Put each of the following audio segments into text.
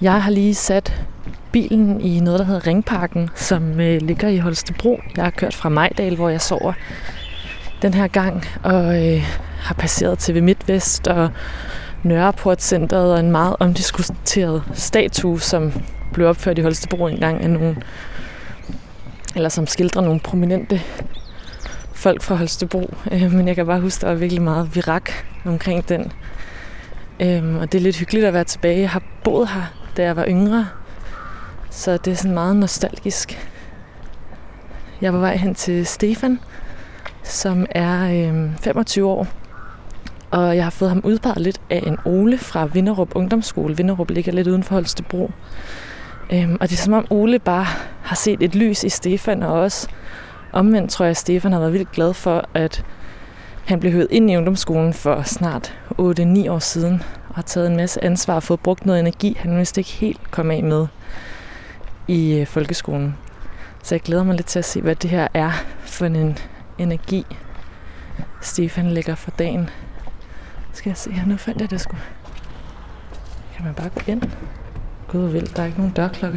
Jeg har lige sat bilen i noget, der hedder Ringparken, som ligger i Holstebro. Jeg har kørt fra Majdal, hvor jeg sover den her gang, og har passeret TV MidtVest og Nørreport-centret og en meget omdiskuteret statue, som blev opført i Holstebro engang af nogen, eller som skildrer nogle prominente folk fra Holstebro. Men jeg kan bare huske, der var virkelig meget virak omkring den. Og det er lidt hyggeligt at være tilbage. Jeg har boet her, da jeg var yngre, så det er sådan meget nostalgisk. Jeg er på vej hen til Stefan, som er 25 år, og jeg har fået ham udpeget lidt af en Ole fra Vinderup Ungdomsskole. Vinderup ligger lidt uden for Holstebro. Og det er som om Ole bare har set et lys i Stefan, og også omvendt tror jeg, at Stefan har været vildt glad for, at han blev høvet ind i ungdomsskolen for snart 8-9 år siden, og har taget en masse ansvar og fået brugt noget energi, han vist ikke helt kom af med i folkeskolen. Så jeg glæder mig lidt til at se, hvad det her er for en energi, Stefan lægger for dagen. Skal jeg se her, nu fandt jeg det sgu. Kan man bare gå ind? Gud hvor vildt, der er ikke nogen dørklokke.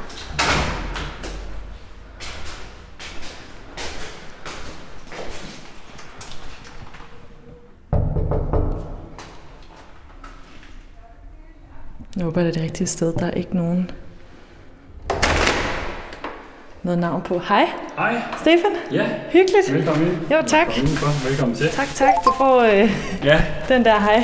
Jeg håber, det er det rigtige sted. Der er ikke nogen noget navn på. Hej. Hej. Stefan. Ja. Hyggeligt. Velkommen ind. Jo, tak. Velkommen til. Tak. Du får den der hej.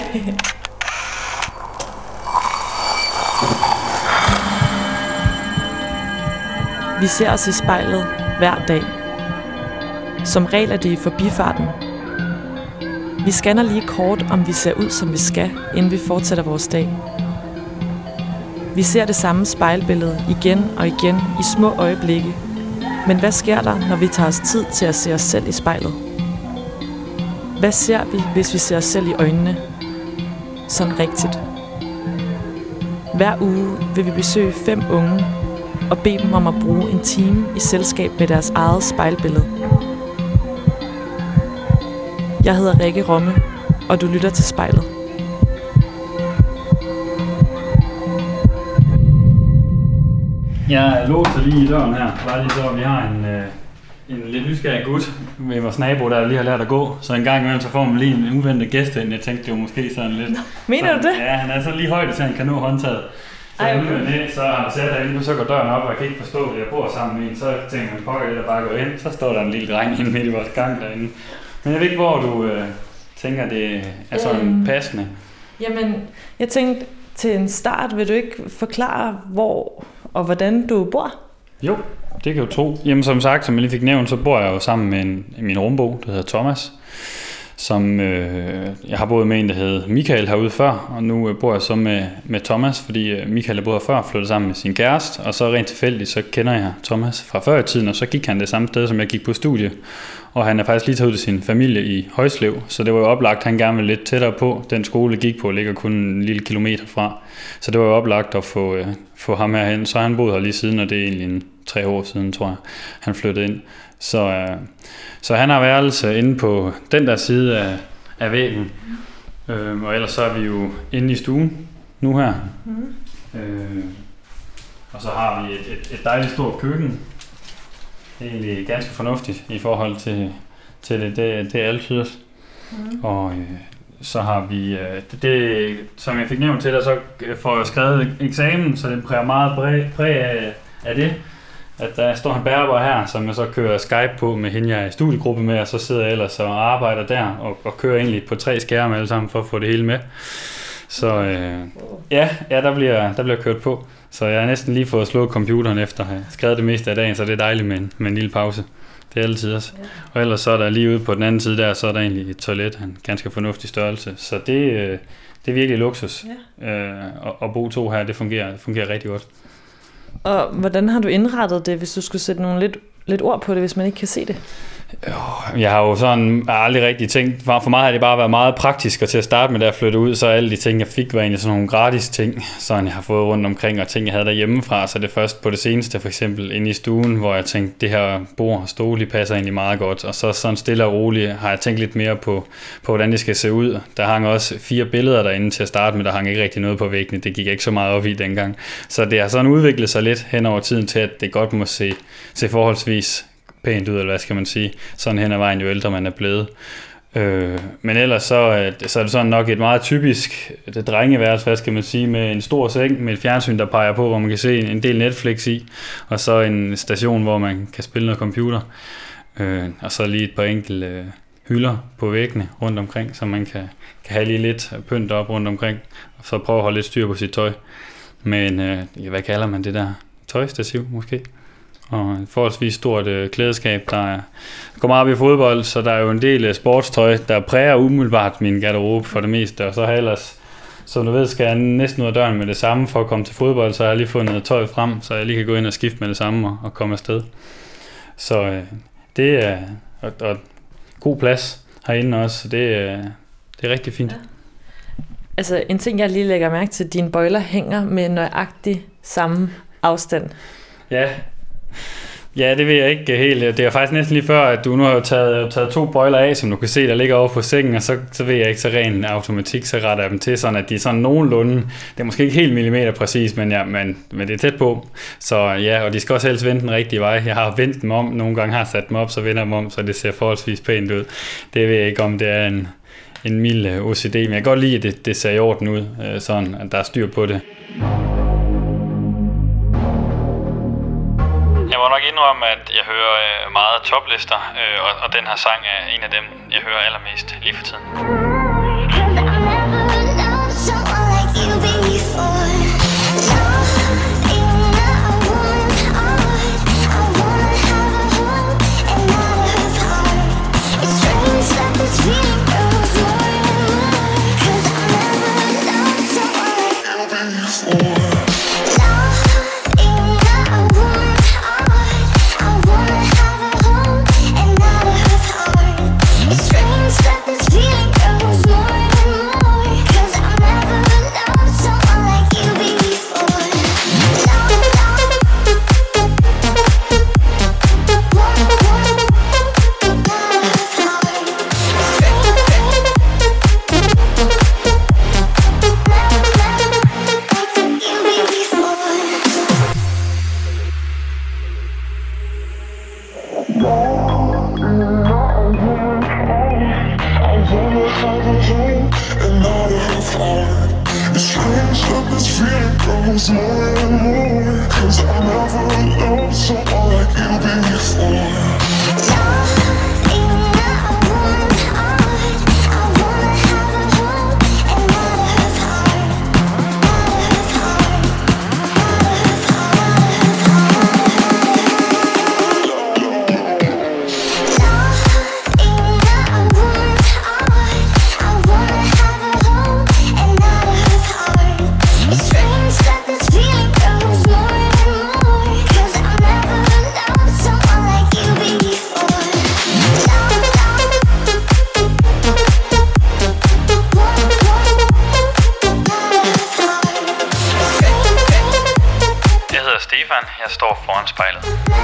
Vi ser os i spejlet hver dag. Som regel er det i forbifarten. Vi scanner lige kort, om vi ser ud, som vi skal, inden vi fortsætter vores dag. Vi ser det samme spejlbillede igen og igen i små øjeblikke. Men hvad sker der, når vi tager os tid til at se os selv i spejlet? Hvad ser vi, hvis vi ser os selv i øjnene? Sådan rigtigt. Hver uge vil vi besøge 5 unge og bede dem om at bruge en time i selskab med deres eget spejlbillede. Jeg hedder Rikke Romme, og du lytter til Spejlet. Jeg låser lige i døren her, bare lige så vi har en lidt nysgerrig gut med vores nabo, der lige har lært at gå. Så en gang imellem så får man lige en uventet gæst ind. Jeg tænkte, det var måske sådan lidt... Mener du det? Ja, han er så lige højde, så han kan nå håndtaget. Så så har han sat derinde, så går døren op, og jeg kan ikke forstå det. Jeg bor sammen med en, så tænker han, pokker det, der bare går ind. Så står der en lille dreng inde midt i vores gang derinde. Men jeg ved ikke, hvor du tænker, det er sådan passende. Jamen, jeg tænkte, til en start, vil du ikke forklare, hvor og hvordan du bor? Jo, det kan jeg jo tro. Jamen som sagt, som jeg lige fik nævnt, så bor jeg jo sammen med min rumbo, der hedder Thomas, som jeg har boet med en, der hedder Michael herude før, og nu bor jeg så med Thomas, fordi Michael er boet her før, flyttet sammen med sin kæreste, og så rent tilfældigt, så kender jeg Thomas fra før i tiden, og så gik han det samme sted, som jeg gik på studie, og han er faktisk lige taget ud til sin familie i Højslev, så det var jo oplagt, han gerne ville lidt tættere på. Den skole, jeg gik på, ligger kun en lille kilometer fra, så det var jo oplagt at få ham herhen, så han boede her lige siden, og det er egentlig 3 år siden, tror jeg, han flyttede ind. Så han har værelse inde på den der side af væggen, og ellers så er vi jo inde i stuen nu her. Og så har vi et dejligt stort køkken. Det er egentlig ganske fornuftigt i forhold til det er altid. Og så har vi det, som jeg fik nævnt til dig, så får jeg skrevet eksamen, så det præger meget præg af det. At der står en bærbar her, som jeg så kører Skype på med hende, jeg er i studiegruppe med, og så sidder jeg ellers og arbejder der, og kører egentlig på 3 skærme alle sammen for at få det hele med. Så ja, der bliver kørt på. Så jeg har næsten lige fået slået computeren efter at have skrevet det meste af dagen, så det er dejligt med en lille pause. Det er altid også. Og ellers så er der lige ude på den anden side der, så er der egentlig et toilet, en ganske fornuftig størrelse. Så det er virkelig luksus. At bo 2 her, det fungerer rigtig godt. Og hvordan har du indrettet det, hvis du skulle sætte nogle lidt ord på det, hvis man ikke kan se det? Jeg har jo sådan aldrig rigtig tænkt, for mig har det bare været meget praktisk, og til at starte med, da jeg flyttede ud, så alle de ting, jeg fik, var egentlig sådan nogle gratis ting, sådan jeg har fået rundt omkring, og ting, jeg havde derhjemmefra, så det først på det seneste, for eksempel inde i stuen, hvor jeg tænkte, det her bord og stol, de passer egentlig meget godt, og så sådan stille og roligt har jeg tænkt lidt mere på hvordan det skal se ud. Der hang også 4 billeder derinde til at starte med, der hang ikke rigtig noget på væggene, det gik ikke så meget op i dengang, så det har sådan udviklet sig lidt hen over tiden til, at det godt må se forholdsvis pænt ud, eller hvad skal man sige, sådan hen ad vejen, jo ældre man er blevet. Men ellers så er det sådan nok et meget typisk drengeværelse, hvad skal man sige, med en stor seng, med et fjernsyn, der peger på, hvor man kan se en del Netflix i, og så en station, hvor man kan spille noget computer, og så lige et par enkelte hylder på væggene rundt omkring, så man kan have lige lidt pynt op rundt omkring, og så prøve at holde lidt styr på sit tøj. Men hvad kalder man det der? Tøjstativ måske? Og et forholdsvis stort klædeskab, der går meget op i fodbold, så der er jo en del sportstøj, der præger umiddelbart min garderobe for det meste, og så har jeg ellers, som du ved, skal jeg næsten ud af døren med det samme for at komme til fodbold, så har jeg lige fået noget tøj frem, så jeg lige kan gå ind og skifte med det samme og komme afsted. Så det er og god plads herinde også, så det er rigtig fint. Ja. Altså en ting, jeg lige lægger mærke til, dine bøjler hænger med nøjagtig samme afstand. Ja, det ved jeg ikke helt. Det er faktisk næsten lige før, at du nu har taget 2 bøjler af, som du kan se, der ligger over på sengen, og så ved jeg ikke, så ren automatik, så retter jeg dem til, sådan at de er sådan nogenlunde. Det er måske ikke helt millimeter præcis, men det er tæt på. Så ja, og de skal også helst vende den rigtige vej. Jeg har vendt dem om, nogle gange har sat dem op, så vender dem om, så det ser forholdsvis pænt ud. Det ved jeg ikke, om det er en mild OCD, men jeg kan godt lide, at det ser i orden ud, sådan at der er styr på det. Jeg må nok indrømme, at jeg hører meget toplister, og den her sang er en af dem, jeg hører allermest lige for tiden. Jeg står foran spejlet.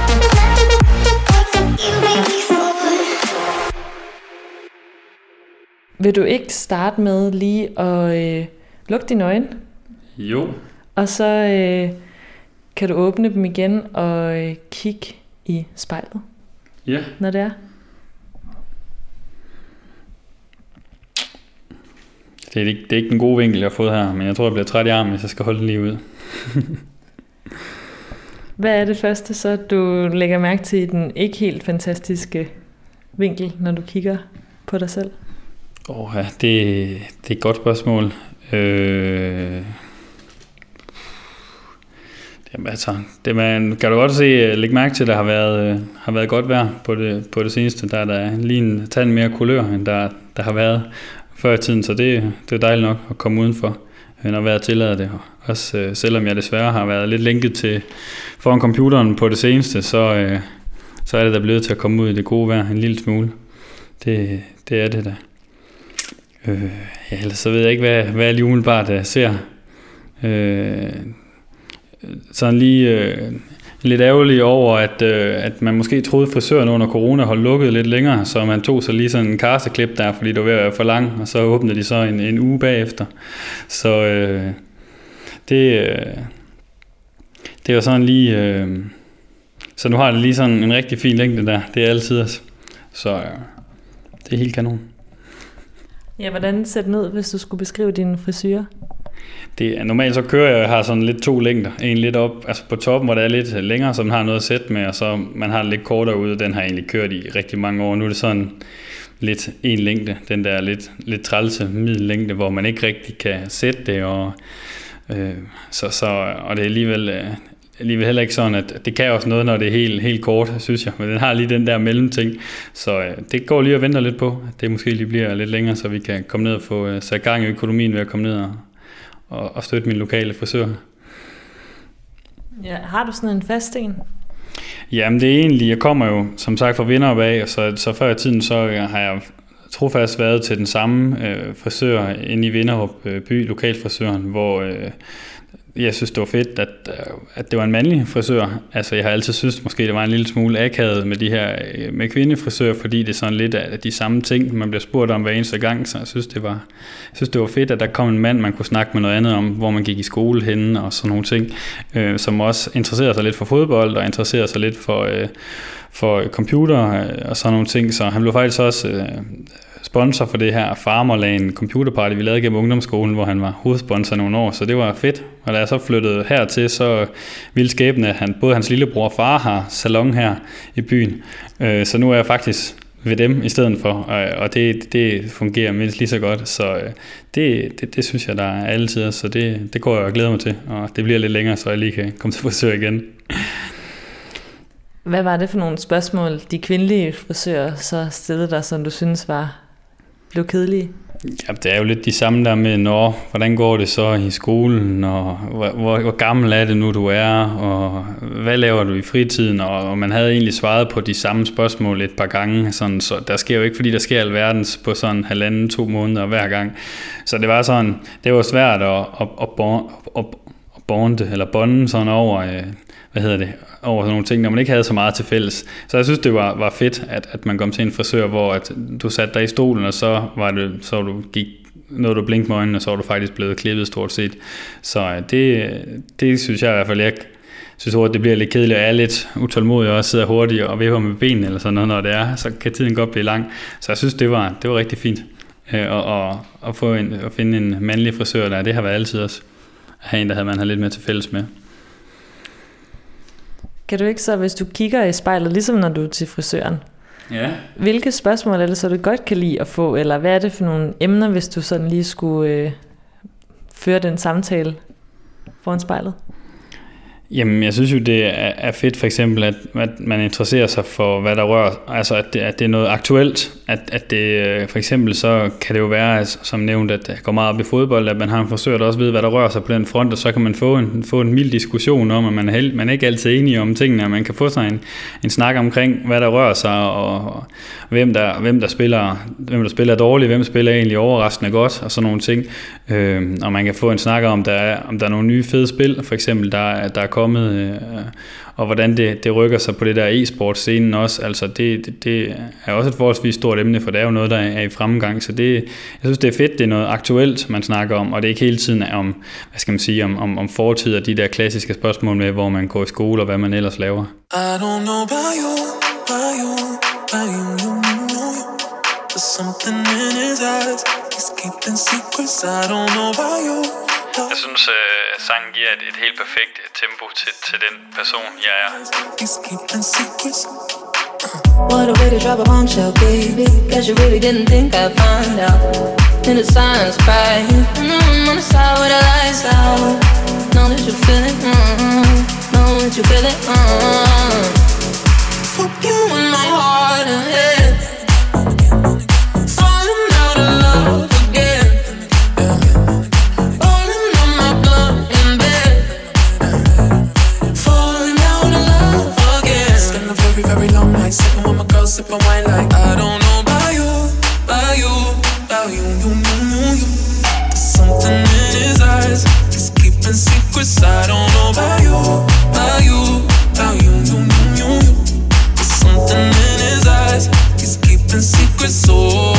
Vil du ikke starte med lige at lukke dine øjne? Jo. Og så kan du åbne dem igen og kigge i spejlet. Ja. Når det er. Det er ikke den gode vinkel, jeg har fået her, men jeg tror, jeg bliver træt i armen, hvis jeg skal holde den lige ud. Hvad er det første, så du lægger mærke til i den ikke helt fantastiske vinkel, når du kigger på dig selv? Ja, det er et godt spørgsmål. Kan du godt se, lægge mærke til, at der har været godt vejr på det seneste. Der er der lige en tand mere kulør, end der har været før i tiden, så det er dejligt nok at komme udenfor, når vejret tillader det. Også selvom jeg desværre har været lidt lænket til foran computeren på det seneste, så så er det da blevet til at komme ud i det gode vejr en lille smule. Det er det da. Ellers så ved jeg ikke, hvad jeg lige umiddelbart ser. Sådan lige lidt ærgerlig over, at man måske troede frisøren under corona holdt lukket lidt længere, så man tog så lige sådan en karseklip der, fordi det var ved at være for lang, og så åbnede de så en uge bagefter. Så det var sådan lige... så nu har det lige sådan en rigtig fin længde der. Det er altid altså. Så det er helt kanon. Ja, hvordan ser den ud, hvis du skulle beskrive din frisyre? Det er normalt så kører jeg har sådan lidt 2 længder. En lidt op, altså på toppen, hvor der er lidt længere, så man har noget at sætte med, og så man har lidt kortere ude. Den har jeg egentlig kørt i rigtig mange år. Nu er det sådan lidt en længde, den der lidt trælse middellængde, hvor man ikke rigtig kan sætte det, og og det er alligevel heller ikke sådan, at det kan også noget, når det er helt kort, synes jeg. Men den har lige den der mellemting, så det går lige og venter lidt på. Det måske lige bliver lidt længere, så vi kan komme ned og få sat gang i økonomien ved at komme ned og støtte min lokale frisør. Ja, har du sådan en fast en? Jamen det er egentlig, jeg kommer jo som sagt fra Vinderup af, og så før i tiden, så har jeg trofast været til den samme frisør inde i Vinderup by, lokalfrisøren, hvor jeg synes, det var fedt, at det var en mandlig frisør. Altså, jeg har altid synes, måske det var en lille smule akavet med kvindefrisør, fordi det er sådan lidt af de samme ting, man bliver spurgt om hver eneste gang. Så jeg synes, det var fedt, at der kom en mand, man kunne snakke med noget andet om, hvor man gik i skole henne og sådan nogle ting, som også interesserer sig lidt for fodbold og interesserer sig lidt for computer og sådan nogle ting. Så han blev faktisk også sponsor for det her Farmerland computerparty, vi lavede gennem ungdomsskolen, hvor han var hovedsponsor nogle år, så det var fedt. Og da jeg så flyttede hertil, så ville skæbne, at både hans lillebror og far har salon her i byen. Så nu er jeg faktisk ved dem i stedet for, og det fungerer mindst lige så godt. Så det synes jeg, der er altid, så det går jeg og glæder mig til, og det bliver lidt længere, så jeg lige kan komme til frisør igen. Hvad var det for nogle spørgsmål, de kvindelige frisører så stillede dig, som du synes blev kedelige? Ja, det er jo lidt de samme der med, hvordan går det så i skolen, og hvor gammel er det nu, du er, og hvad laver du i fritiden, og man havde egentlig svaret på de samme spørgsmål et par gange, sådan, så der sker jo ikke, fordi der sker alverdens på sådan 1,5-2 måneder hver gang. Så det var sådan, det var svært at bonde sådan over, over sådan nogle ting, når man ikke havde så meget til fælles. Så jeg synes, det var fedt, at man kom til en frisør, hvor at du satte dig i stolen, og så nåede du blink med øjnene, og så var du faktisk blevet klippet stort set. Så det synes jeg i hvert fald, jeg synes, at det bliver lidt kedeligt, og jeg er lidt utålmodig, og også sidder hurtigt og vipper med benene, eller sådan noget, når det er, så kan tiden godt blive lang. Så jeg synes, det var rigtig fint. At finde en mandlig frisør der, det har været altid også at have en, der man har lidt mere til fælles med. Kan du ikke så, hvis du kigger i spejlet, ligesom når du er til frisøren, hvilke spørgsmål er det så, du godt kan lide at få, eller hvad er det for nogle emner, hvis du sådan lige skulle føre den samtale foran spejlet? Jamen, jeg synes jo, det er fedt for eksempel, at man interesserer sig for, hvad der rører, altså at det er noget aktuelt, at det for eksempel så kan det jo være, som nævnt, at det går meget op i fodbold, at man har en frisør, der også ved, hvad der rører sig på den front, og så kan man få en mild diskussion om, at man er ikke altid enige om tingene, og man kan få sig en snak omkring, hvad der rører sig, og hvem der spiller dårligt, hvem spiller egentlig overraskende godt, og sådan nogle ting. Og man kan få en snak om der er nogle nye fede spil, for eksempel, der er kommet, og hvordan det rykker sig på det der e-sportscenen også. Altså det er også et forholdsvis stort emne, for det er jo noget, der er i fremgang. Så jeg synes, det er fedt, det er noget aktuelt, man snakker om, og det er ikke hele tiden om, hvad skal man sige, om fortid og de der klassiske spørgsmål med, hvor man går i skole og hvad man ellers laver. I don't know about you, there's something in his eyes, he's keeping secrets, I don't know about you. Jeg synes, sangen giver et helt perfekt tempo til den person, jeg er. What a way to drop a bombshell, baby. Guess you really didn't think I'd find out. In the silence, crying. I'm on the side with the lights out. Know that you feel it, know that you feel it, Fuck you in my heart and head. Falling out of love again. Rolling on my blood in bed. Falling out of love again. It's been a very, very long night. secrets I don't know about you, about you, about you, you. There's something in his eyes, he's keeping secrets so.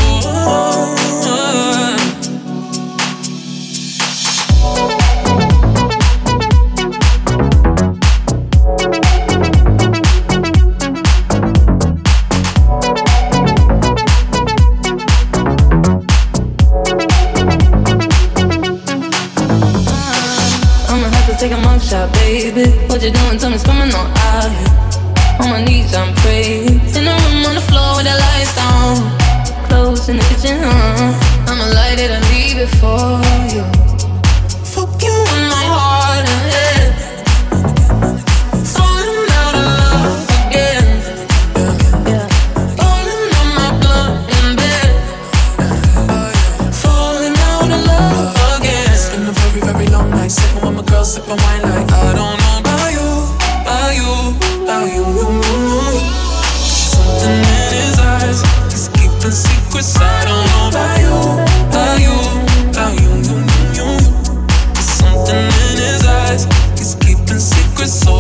Take a mug shot, baby. What you doing? Tell me, it's coming on out here. On my knees, I'm praying. In the room on the floor with the lights down. Clothes in the kitchen, I'ma light it and leave it for you. Fuck you in my heart and head. Falling out of love again. Yeah. Falling on my blood in bed. Falling out of love again. It's been a very, very long night. Sitting with my girl, sipping wine like I don't know about you, about you, about you. Something in his eyes, he's keeping secrets I don't know about you, about you, about you. Something in his eyes, he's keeping secrets so.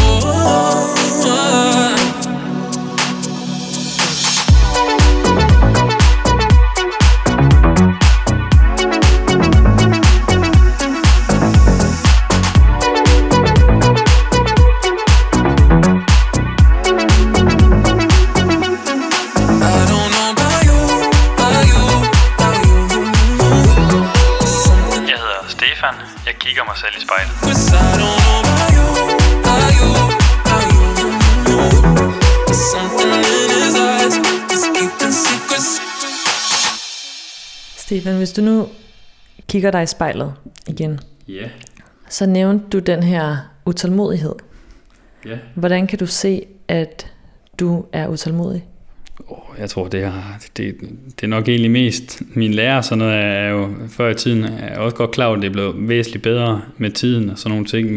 Jeg kigger mig selv i spejlet. Stefan, hvis du nu kigger dig i spejlet igen, yeah. Så nævnte du den her utålmodighed. Yeah. Hvordan kan du se, at du er utålmodig? Jeg tror, det er nok egentlig mest min lærer. Sådan noget er jo før i tiden er også godt klar, at det er blevet væsentligt bedre med tiden og sådan nogle ting.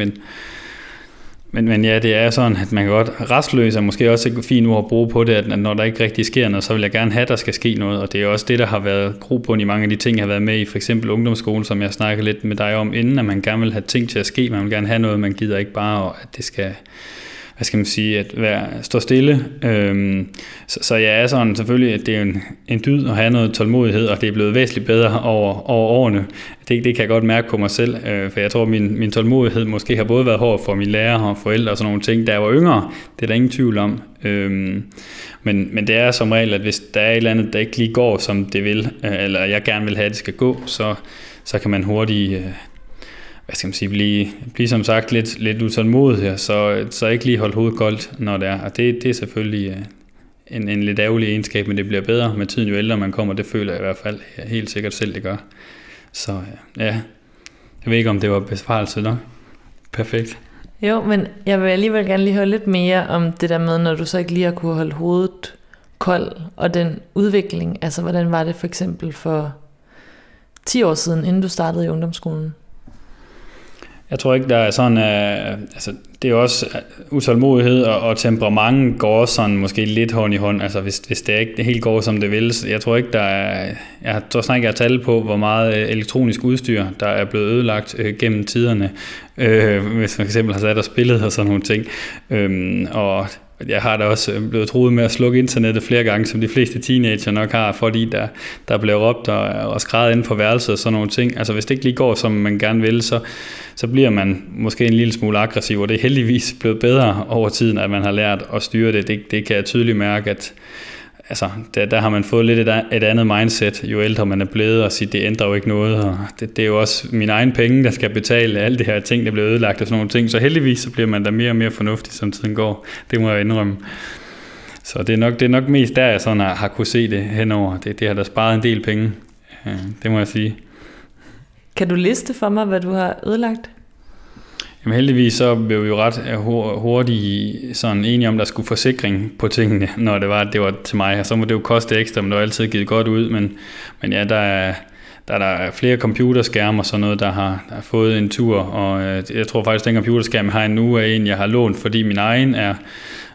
Men ja, det er sådan, at man kan godt restløs er måske også et fint ord at bruge på det, at når der ikke rigtig sker noget, så vil jeg gerne have, at der skal ske noget. Og det er også det, der har været grobund i mange af de ting, jeg har været med i. For eksempel ungdomsskolen, som jeg snakkede lidt med dig om inden, at man gerne vil have ting til at ske. Man vil gerne have noget, man gider ikke bare, at det skal... Hvad skal man sige, at stå stille. Så jeg er sådan selvfølgelig, at det er en dyd at have noget tålmodighed, og det er blevet væsentligt bedre over årene. Det kan jeg godt mærke på mig selv, for jeg tror, at min tålmodighed måske har både været hård for mine lærere og forældre og sådan nogle ting, da jeg var yngre. Det er der ingen tvivl om. Men det er som regel, at hvis der er et eller andet, der ikke lige går, som det vil, eller jeg gerne vil have, at det skal gå, så kan man hurtigt... hvad skal man sige, blive som sagt lidt utålmodig, så ikke lige holde hovedet koldt, når det er. Og det er selvfølgelig en lidt ærgerlig egenskab, men det bliver bedre med tiden, jo ældre man kommer. Det føler jeg i hvert fald helt sikkert selv, det gør. Så ja, jeg ved ikke, om det var besvarelse nok. Perfekt. Jo, men jeg vil alligevel gerne lige høre lidt mere om det der med, når du så ikke lige har kunne holde hovedet koldt, og den udvikling. Altså, hvordan var det for eksempel for 10 år siden, inden du startede i ungdomsskolen? Jeg tror ikke, der er sådan, altså det er også utålmodighed og temperament går også sådan måske lidt hånd i hånd, altså hvis det ikke helt går som det vil. Jeg tror ikke, jeg tror snart ikke, jeg har tal på, hvor meget elektronisk udstyr, der er blevet ødelagt gennem tiderne, hvis man eksempel har sat og spillet og sådan nogle ting. Og jeg har da også blevet truet med at slukke internettet flere gange, som de fleste teenager nok har, fordi der blev råbt og skreget inde på værelset og sådan nogle ting. Altså hvis det ikke lige går, som man gerne vil, så bliver man måske en lille smule aggressiv, og det er heldigvis blevet bedre over tiden, at man har lært at styre det. Det kan jeg tydeligt mærke, at altså, der har man fået lidt et andet mindset, jo ældre man er blevet, og sige, det ændrer jo ikke noget, og det er jo også mine egne penge, der skal betale alle de her ting, der bliver ødelagt og sådan nogle ting, så heldigvis så bliver man da mere og mere fornuftig, som tiden går. Det må jeg indrømme. Så det er nok mest der, jeg sådan har kunne se det henover. Det har da sparet en del penge, det må jeg sige. Kan du liste for mig, hvad du har ødelagt? Jamen heldigvis så blev vi jo ret hurtigt sådan enige om, der skulle forsikring på tingene, når det var til mig. Og så må det jo koste ekstra, men det var altid givet godt ud. Men ja, der er flere computerskærme og sådan noget, der har fået en tur. Og jeg tror faktisk, den computerskærm, jeg har nu, er en, jeg har lånt, fordi min egen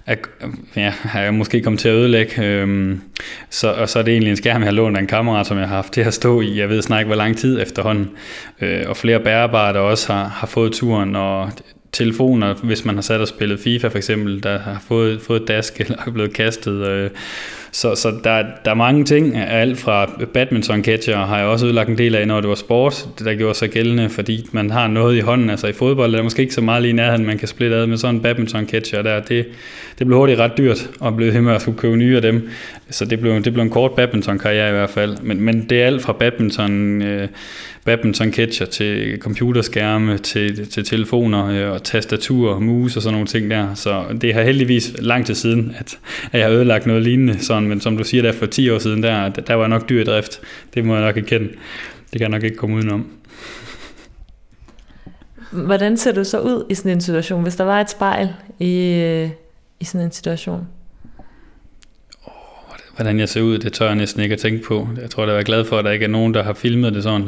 har jeg måske kommet til at ødelægge. Og så er det egentlig en skærm, jeg har lånt af en kammerat, som jeg har haft til at stå i, jeg ved snart ikke, hvor lang tid efterhånden. Og flere bærbare, der også har fået turen, og telefoner, hvis man har sat og spillet FIFA for eksempel, der har fået dask eller er blevet kastet. Så der er mange ting. Alt fra badminton-catcher har jeg også ødelagt en del af, når det var sport. Det der gjorde sig gældende, fordi man har noget i hånden. Altså i fodbold er der måske ikke så meget lige i nærheden, man kan splitte ad med sådan en badminton-catcher der. Det blev hurtigt ret dyrt, og blev himmel at skulle købe nye af dem. Så det blev en kort badminton-karriere i hvert fald. Men det er alt fra badminton-catcher til computerskærme, til telefoner og tastatur og mus og sådan nogle ting der. Så det har heldigvis lang tid siden, at jeg har ødelagt noget lignende sådan, men som du siger, der for 10 år siden, der var nok dyr i drift. Det må jeg nok erkende. Det kan jeg nok ikke komme udenom. Hvordan ser du så ud i sådan en situation, hvis der var et spejl i sådan en situation? Hvordan jeg ser ud, det tør jeg næsten ikke at tænke på. Jeg tror, jeg er glad for, at der ikke er nogen, der har filmet det sådan.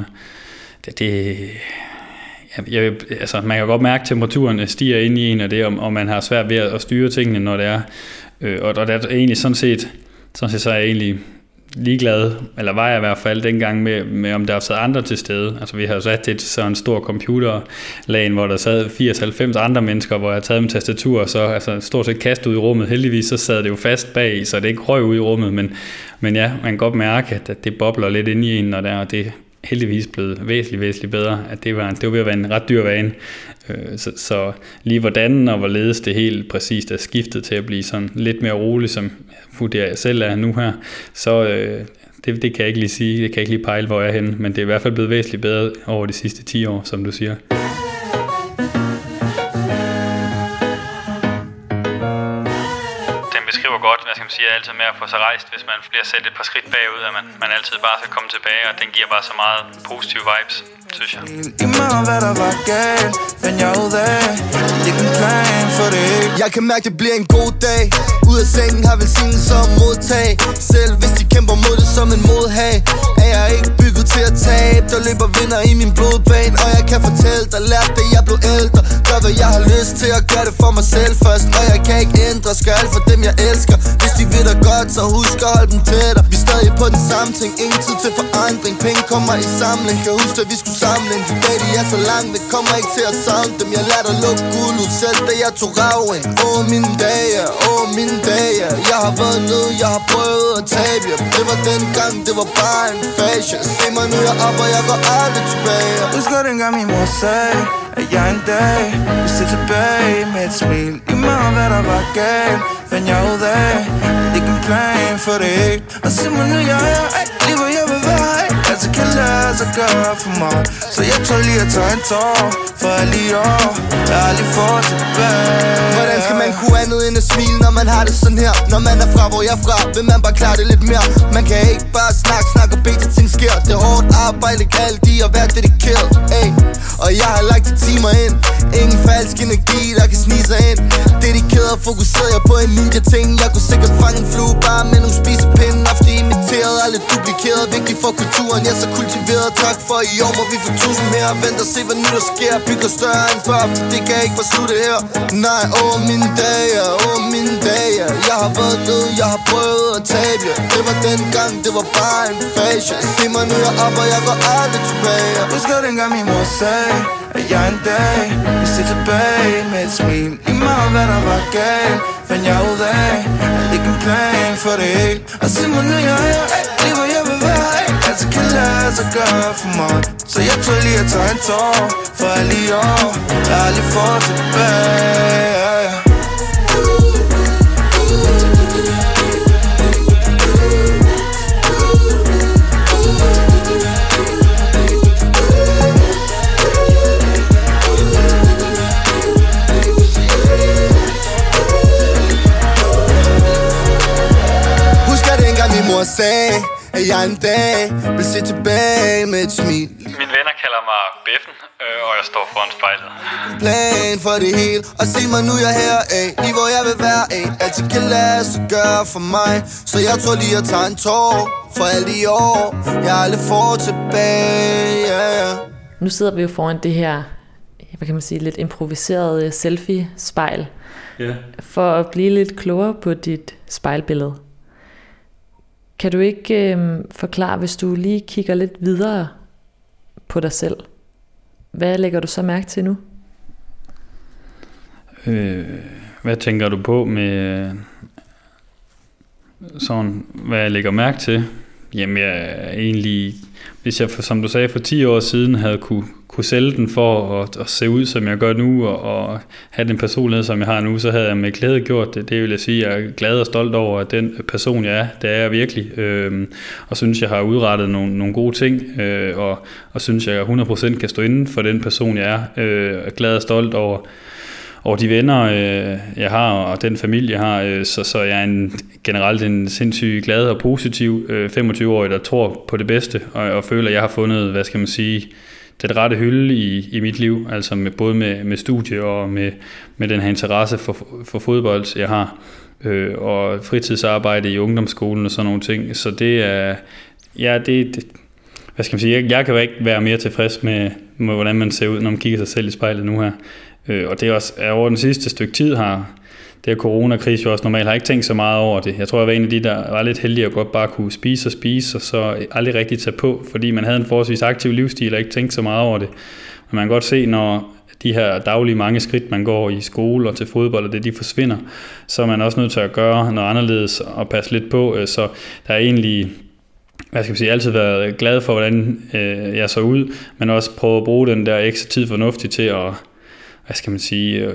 Altså, man kan godt mærke, at temperaturen stiger ind i en af det, og man har svært ved at styre tingene, når det er. Og der er egentlig sådan set så er jeg egentlig ligeglad, eller var jeg i hvert fald dengang med om der er sad andre til stede. Altså vi har sat det til sådan en stor computerlagen, hvor der sad 80-90 andre mennesker, hvor jeg taget med tastatur, og så altså stort set kastet ud i rummet. Heldigvis så sad det jo fast bag, så det ikke røg ud i rummet, men ja, man kan godt mærke, at det bobler lidt ind i en, og det er heldigvis blevet væsentligt bedre, at det var ved at være en ret dyr vane. Så lige hvordan og hvorledes det helt præcist er skiftet til at blive sådan lidt mere rolig, som jeg selv er nu her, så det kan jeg ikke lige sige, det kan jeg ikke lige pejle, hvor jeg er henne, men det er i hvert fald blevet væsentligt bedre over de sidste 10 år, som du siger. Den beskriver godt, hvad skal man sige, altid med at få sig rejst, hvis man bliver sat et par skridt bagud, at man altid bare skal komme tilbage, og den giver bare så meget positive vibes, synes jeg. I morgen, hvad der var galt, fandt jeg ud af, ikke en plan for det. Jeg kan mærke, det bliver en god dag. Ud af sengen har velsignelse som modtag. Selv hvis de kæmper mod det som en modhag, er jeg ikke bygget til at tabe. Der løber vinder i min blodbane, og jeg kan fortælle dig, lærte det, jeg blev ældre. Gør hvad jeg har lyst til at gøre det for mig selv først, og jeg kan ikke ændre, skal alt for dem jeg elsker. Hvis de vil dig godt, så husk at holde dem tættere. Vi er stadig på den samme ting, ingen tid til forandring. Penge kommer i samling, kan huske at vi skulle samle. De dage de er så langt, det kommer ikke til at savne dem. Jeg lærte at lukke guld ud selv, da jeg tog raven. Mine dage, jeg har været nede, jeg har prøvet at tabe jer. Det var dengang, det var bare en fashion. Se mig nu, jeg er op, og jeg går aldrig tilbage. Husker dengang min mor sagde, at jeg en dag vil se tilbage med et smil. I morgen, hvad der var galt, fandt jeg ud af, ikke en plan for det ikke. Og se mig nu, jeg er lige hvor jeg vil være. Altså kan lade sig gøre for mig, så jeg tør lige at tage en tår for alle i år, jeg aldrig får tilbage. Hvordan skal man kunne andet end at smile, når man har det sådan her? Når man er fra, hvor jeg er fra, vil man bare klare det lidt mere. Man kan ikke bare snakke og bede til ting sker. Det er hårdt arbejde, kaldt i at være dedikeret, ey. Og jeg har lagt de timer ind, ingen falsk energi, der kan snige sig ind. Dedikeret og fokuseret jeg på en ninja ting. Jeg kunne sikkert fange en flue bare med nogle spisepinde. Ofte imiteret, aldrig duplikeret. Vigtigt for kulturen, jeg er så kultiveret. Tak for i år, må vi få 1000 mere. Vent og se hvad nu der sker. Bygger større end før, for det kan ikke bare slutte her. Nej, mine dage. Jeg har været nede, jeg har prøvet at tabe jer. Det var dengang, det var bare en fashion. Se mig nu, jeg er op, og jeg går aldrig tilbage. Husker dengang min mor sagde, at jeg en dag vil se tilbage med et smil. I morgen, hvad der var galt, fandt jeg ud af, ikke en plan for det ikke. Og se mig nu, jeg er lige hvor jeg vil være. Altså kan lade sig gøre for mig, så jeg tør lige at tage en tår for alle i år, jeg aldrig får tilbage. Mor sagde, at jeg en dag vil se tilbage med et smil. Mine venner kalder mig Beffen, og jeg står foran spejlet. Plan for det hele, og se mig nu, jeg er her, lige hvor jeg vil være, altid kan lade sig gøre for mig. Så jeg tror lige at tage en tår for alle de år, jeg aldrig får tilbage, Nu sidder vi jo foran det her hvad kan man sige, lidt improviseret selfie-spejl, for at blive lidt klogere på dit spejlbillede. Kan du ikke forklare, hvis du lige kigger lidt videre på dig selv, hvad lægger du så mærke til nu? Hvad tænker du på med sådan, hvad jeg lægger mærke til? Jamen jeg egentlig, hvis jeg som du sagde for 10 år siden havde kunne sælge den for at se ud som jeg gør nu og have den personlighed som jeg har nu, så havde jeg med glæde gjort det. Det vil jeg sige, jeg er glad og stolt over at den person jeg er, det er jeg virkelig, og synes jeg har udrettet nogle gode ting, og synes jeg 100% kan stå inden for den person jeg er, glad og stolt over de venner, jeg har, og den familie, jeg har, så jeg er generelt en sindssygt glad og positiv 25-årig, der tror på det bedste, og føler, at jeg har fundet, hvad skal man sige, det rette hylde i mit liv, altså både med studie og med den her interesse for fodbold, jeg har, og fritidsarbejde i ungdomsskolen og sådan nogle ting. Så det er, hvad skal man sige, jeg kan jo ikke være mere tilfreds med hvordan man ser ud, når man kigger sig selv i spejlet nu her. Og det er også over den sidste stykke tid har det her coronakrise jo også normalt, har ikke tænkt så meget over det. Jeg tror, jeg var en af de, der var lidt heldige at godt bare kunne spise, og så aldrig rigtig tage på, fordi man havde en forholdsvis aktiv livsstil og ikke tænkt så meget over det. Men man kan godt se, når de her daglige mange skridt, man går i skole og til fodbold, og det de forsvinder, så er man også nødt til at gøre noget anderledes og passe lidt på. Så der er egentlig, hvad skal jeg sige, altid været glad for, hvordan jeg så ud, men også prøve at bruge den der ekstra tid fornuftigt til at, hvad skal man sige,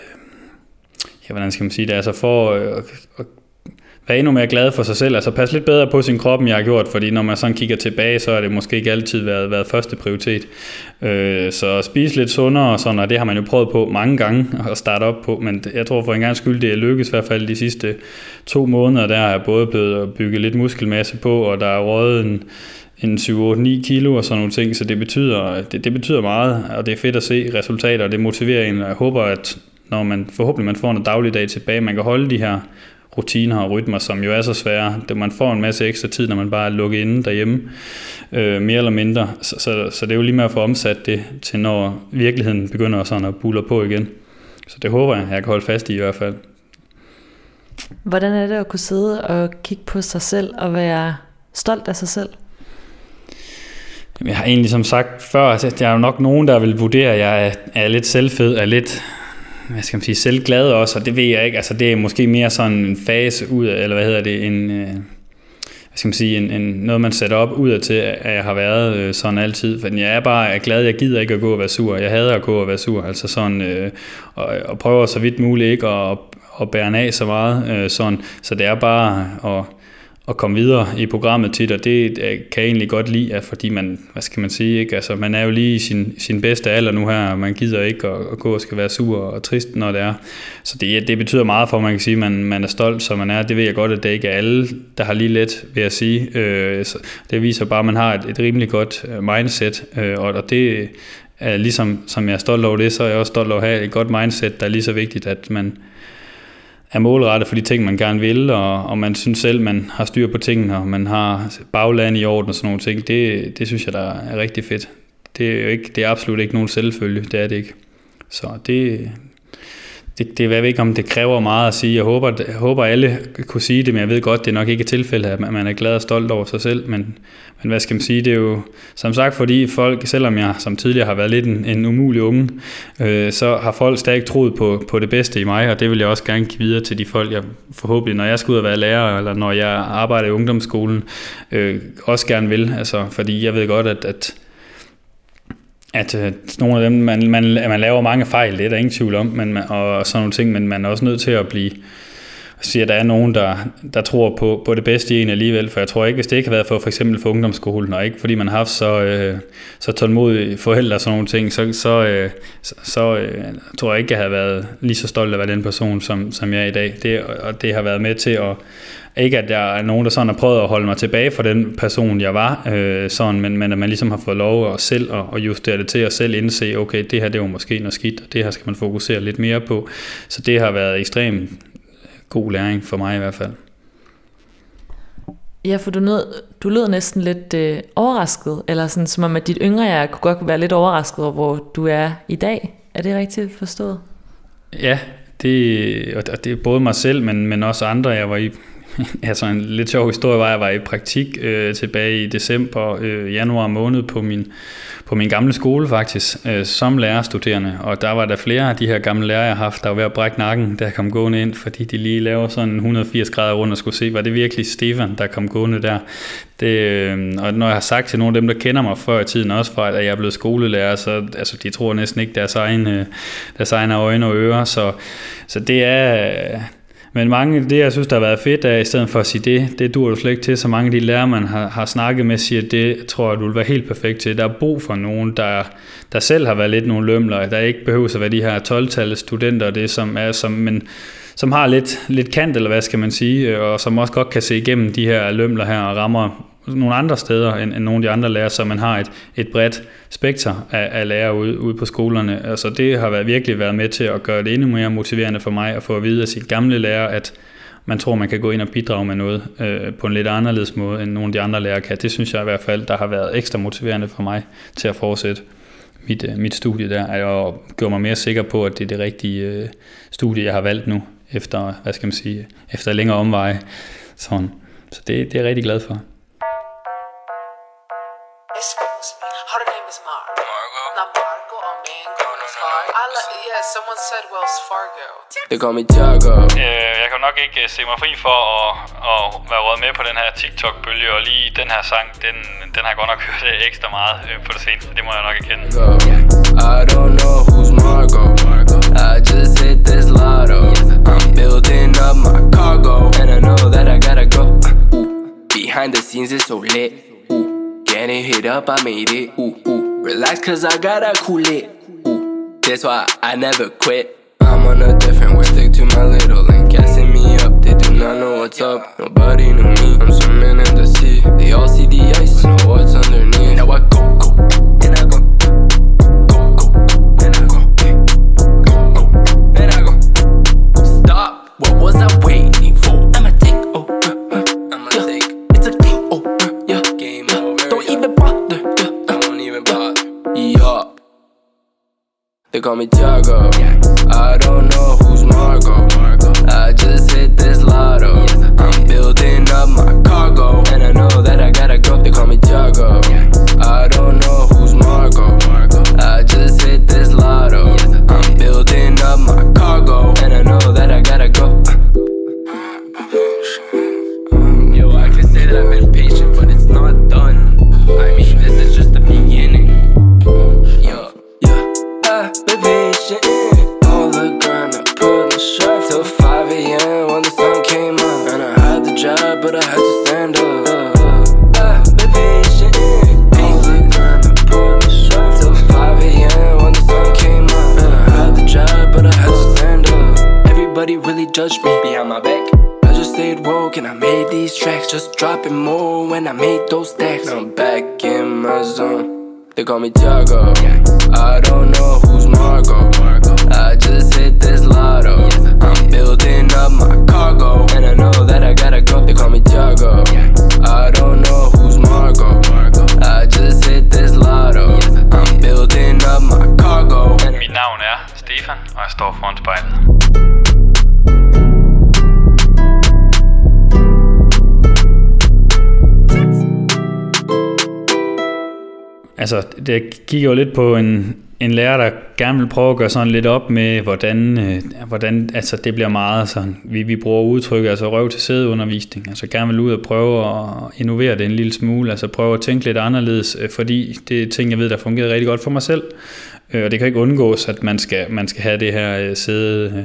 hvordan skal man sige det, altså for at være endnu mere glad for sig selv, altså passe lidt bedre på sin krop, end jeg har gjort, fordi når man sådan kigger tilbage, så er det måske ikke altid været første prioritet. Så spise lidt sundere og sådan, og det har man jo prøvet på mange gange at starte op på, men jeg tror for en gang skyld, det er lykkes i hvert fald de sidste 2 måneder, der er både blevet bygget lidt muskelmasse på, og der er røget en 7-8-9 kilo og sådan nogle ting, så det betyder meget, og det er fedt at se resultater, og det motiverer en, og jeg håber, at når man forhåbentlig får en dagligdag tilbage, man kan holde de her rutiner og rytmer, som jo er så svære. Man får en masse ekstra tid, når man bare er lukket inde derhjemme, mere eller mindre. Så det er jo lige med at få omsat det til, når virkeligheden begynder sådan at bulle på igen. Så det håber jeg kan holde fast i hvert fald. Hvordan er det at kunne sidde og kigge på sig selv og være stolt af sig selv? Jeg har egentlig som sagt før, at der er jo nok nogen, der vil vurdere, at jeg er lidt selvfed, er lidt, hvad skal man sige, selvglad også, og det ved jeg ikke. Altså det er måske mere sådan en fase ud af, eller hvad hedder det, hvad skal man sige, noget man sætter op udad til, at jeg har været sådan altid. For jeg er bare glad, jeg gider ikke at gå og være sur. Jeg hader at gå og være sur, altså sådan, og prøver så vidt muligt ikke at bære af så meget, sådan. Så det er bare at komme videre i programmet tit, og det kan jeg egentlig godt lide, fordi man, hvad skal man sige, ikke? Altså, man er jo lige i sin bedste alder nu her, og man gider ikke at gå og skal være sur og trist, når det er. Så det betyder meget for, at man kan sige, at man er stolt, som man er. Det ved jeg godt, at det ikke er alle, der har lige let, vil jeg sige. Så det viser bare, at man har et rimelig godt mindset, og det er ligesom, som jeg er stolt over det, så er jeg også stolt over at have et godt mindset, der er lige så vigtigt, at man er målrettet for de ting, man gerne vil, og man synes selv, man har styr på tingene, og man har bagland i orden og sådan nogle ting. Det synes jeg, der er rigtig fedt. Det er absolut ikke nogen selvfølge, det er det ikke. Så det ved jeg ikke, om det kræver meget at sige. Jeg håber alle kunne sige det, men jeg ved godt, det er nok ikke et tilfælde, at man er glad og stolt over sig selv, men hvad skal man sige, det er jo som sagt, fordi folk, selvom jeg som tidligere har været lidt en umulig unge, så har folk stadig troet på det bedste i mig, og det vil jeg også gerne give videre til de folk, jeg forhåbentlig, når jeg skal ud og være lærer, eller når jeg arbejder i ungdomsskolen, også gerne vil, altså, fordi jeg ved godt, at nogle af dem, man laver mange fejl, det er der ingen tvivl om, og sådan nogle ting, men man er også nødt til at sige, at der er nogen, der tror på det bedste i en alligevel, for jeg tror ikke, hvis det ikke har været for eksempel for ungdomsskolen, og ikke fordi man har haft så tålmodige forældre og sådan nogle ting, så tror jeg ikke, jeg har været lige så stolt af at være den person, som jeg er i dag. Det har været med til at, ikke at jeg er nogen, der sådan har prøvet at holde mig tilbage fra den person, jeg var, men at man ligesom har fået lov at selv at justere det til at selv indse, okay, det her det var måske noget skidt, og det her skal man fokusere lidt mere på. Så det har været ekstremt god læring for mig i hvert fald. Ja, for du lød næsten lidt overrasket, eller sådan som om at dit yngre jeg kunne godt være lidt overrasket over, hvor du er i dag. Er det rigtigt forstået? Ja, det er både mig selv, men også andre. Jeg var i altså en lidt sjov historie var, at jeg var i praktik tilbage i december, januar måned på min gamle skole faktisk, som lærerstuderende. Og der var der flere af de her gamle lærere, jeg har haft, der var ved at brække nakken, der kom gående ind, fordi de lige laver sådan 180 grader rundt og skulle se, var det virkelig Stefan, der kom gående der. Og når jeg har sagt til nogle af dem, der kender mig før i tiden, også fra at jeg er blevet skolelærer, så altså, de tror næsten ikke deres egne øjne og ører. Så det er... Men mange af det, jeg synes, der har været fedt af, i stedet for at sige det dur du slet ikke til, så mange af de lærere, man har snakket med, siger, det tror jeg, du vil være helt perfekt til. Der er brug for nogen, der selv har været lidt nogle lømler, der ikke behøver at være de her 12-tallet studenter, det som har lidt kant, eller hvad skal man sige, og som også godt kan se igennem de her lømler her og rammer nogle andre steder end nogle af de andre lærere, så man har et bredt spekter af lærere ude på skolerne. Altså det har virkelig været med til at gøre det endnu mere motiverende for mig at få at vide af sit gamle lærer, at man tror, man kan gå ind og bidrage med noget på en lidt anderledes måde, end nogle af de andre lærere kan. Det synes jeg i hvert fald, der har været ekstra motiverende for mig til at fortsætte mit studie der, og gøre mig mere sikker på, at det er det rigtige studie, jeg har valgt nu, efter, hvad skal man sige, efter længere omveje. Sådan. Så det er jeg rigtig glad for. Excuse me, her name is Margo. Not Margo or Mango. Yeah, someone said Wells Fargo. They call me Tiago. Jeg kan nok ikke se mig fri for at være råd med på den her TikTok-bølge, og lige den her sang, den har jeg godt nok hørt ekstra meget på det seneste. Det må jeg nok erkende. I don't know who's Margo. I just hit this lotto. I'm building up my cargo, and I know that I gotta go. Behind the scenes it's so lit. Getting hit up, I made it. Relax, cause I gotta cool it. That's why I never quit. I'm on a different way, stick to my little lane. Gassing me up, they do not know what's up. Nobody knew me, I'm swimming in the sea. They all see the ice, know what's underneath. Now I go, and I go. Go, and I go. Go, and I go. Stop, what was I waiting for? I'ma take over, I'ma take. It's a game over, yeah. Game over. Don't even bother, yeah. I won't even bother, yeah. They call me Tiago. I don't know who's Margo. I just hit this lotto. I'm building up my cargo, and I know that I gotta go. They call me Tiago. I don't know who's Margo. I just hit this lotto. I'm building up my cargo, and I know that I gotta go. Yo, I can say that I've been patient, but it's not done. I mean, this is just the beginning. I've been patient on the grind, I put my shirt till 5 a.m. when the sun came up. And I had the job, but I had to stand up. I've been patient on the grind, I put my shirt till 5 a.m. when the sun came up. And I had the job, but I had to stand up. Everybody really judged me behind my back. I just stayed woke and I made these tracks, just dropping more when I made those stacks. Now I'm back in my zone. They call me Tiago. I don't know who's Margo. I just hit this lotto. I'm building up my cargo, and I know that I gotta go. They call me Tiago. I don't know who's Margo. I just hit this lotto. I'm building up my cargo. Mit navn er Stefan, og jeg står foran spejlet. Altså, det kigger jo lidt på en lærer, der gerne vil prøve at gøre sådan lidt op med, hvordan altså det bliver meget sådan, vi bruger udtrykket, altså røv til sædeundervisning, altså gerne vil ud og prøve at innovere det en lille smule, altså prøve at tænke lidt anderledes, fordi det er ting, jeg ved, der fungerer rigtig godt for mig selv, og det kan ikke undgås, at man skal have det her sæde,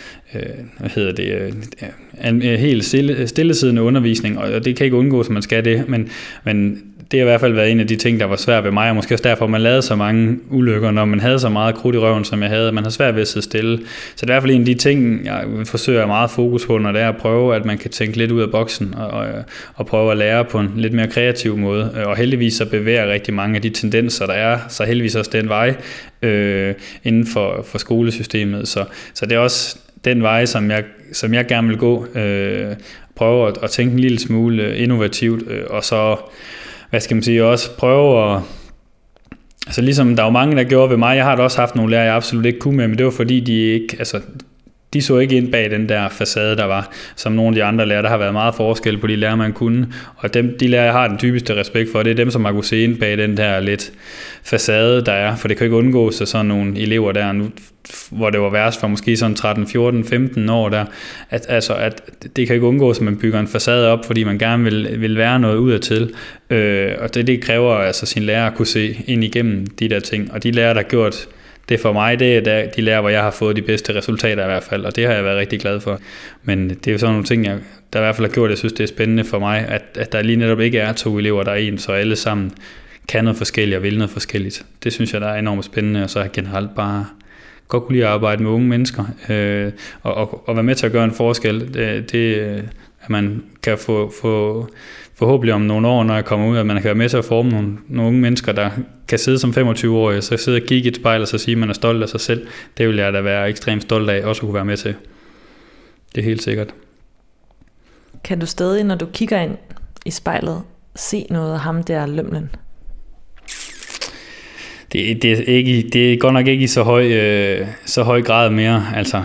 helt stillesiddende undervisning, og det kan ikke undgås, at man skal det, men det har i hvert fald været en af de ting, der var svært ved mig, og måske også derfor, man lavede så mange ulykker, når man havde så meget krudt i røven, som jeg havde. Man har svært ved at sidde stille. Så det er i hvert fald en af de ting, jeg forsøger meget fokus på, når det er at prøve, at man kan tænke lidt ud af boksen, og prøve at lære på en lidt mere kreativ måde. Og heldigvis så bevæger rigtig mange af de tendenser, der er, så heldigvis også den vej inden for skolesystemet. Så det er også den vej, som jeg gerne vil gå. Prøve at tænke en lille smule innovativt, og så hvad skal man sige, også prøve Altså ligesom der var mange, der gjorde ved mig. Jeg har da også haft nogle lærere, jeg absolut ikke kunne med, men det var fordi, de så ikke ind bag den der facade, der var, som nogle af de andre lærere. Der har været meget forskel på de lærere, man kunne. Og de lærere, jeg har den dybeste respekt for, det er dem, som har kunne se ind bag den der lidt facade, der er. For det kan ikke undgås af sådan nogle elever der nu, hvor det var værst for måske sådan 13, 14, 15 år der, at det kan ikke undgås, at man bygger en facade op, fordi man gerne vil være noget udadtil. Og det kræver altså sin lærer at kunne se ind igennem de der ting. Og de lærere, der har gjort det for mig, det er de lærer, hvor jeg har fået de bedste resultater i hvert fald, og det har jeg været rigtig glad for. Men det er jo sådan nogle ting, der i hvert fald har gjort, jeg synes, det er spændende for mig, at der lige netop ikke er 2 elever, der er en, så alle sammen kan noget forskelligt og vil noget forskelligt. Det synes jeg, der er enormt spændende, og så har jeg generelt bare godt kunne lide at arbejde med unge mennesker, og være med til at gøre en forskel. At man kan få forhåbentlig om nogle år, når jeg kommer ud, at man kan være med til at forme nogle unge mennesker, der kan sidde som 25-årige, så sidde og kigge i et spejl og så sige, at man er stolt af sig selv. Det vil jeg da være ekstremt stolt af, også at kunne være med til. Det er helt sikkert. Kan du stadig, når du kigger ind i spejlet, se noget af ham der Lømlen? Det er godt nok ikke i så høj grad mere. Altså,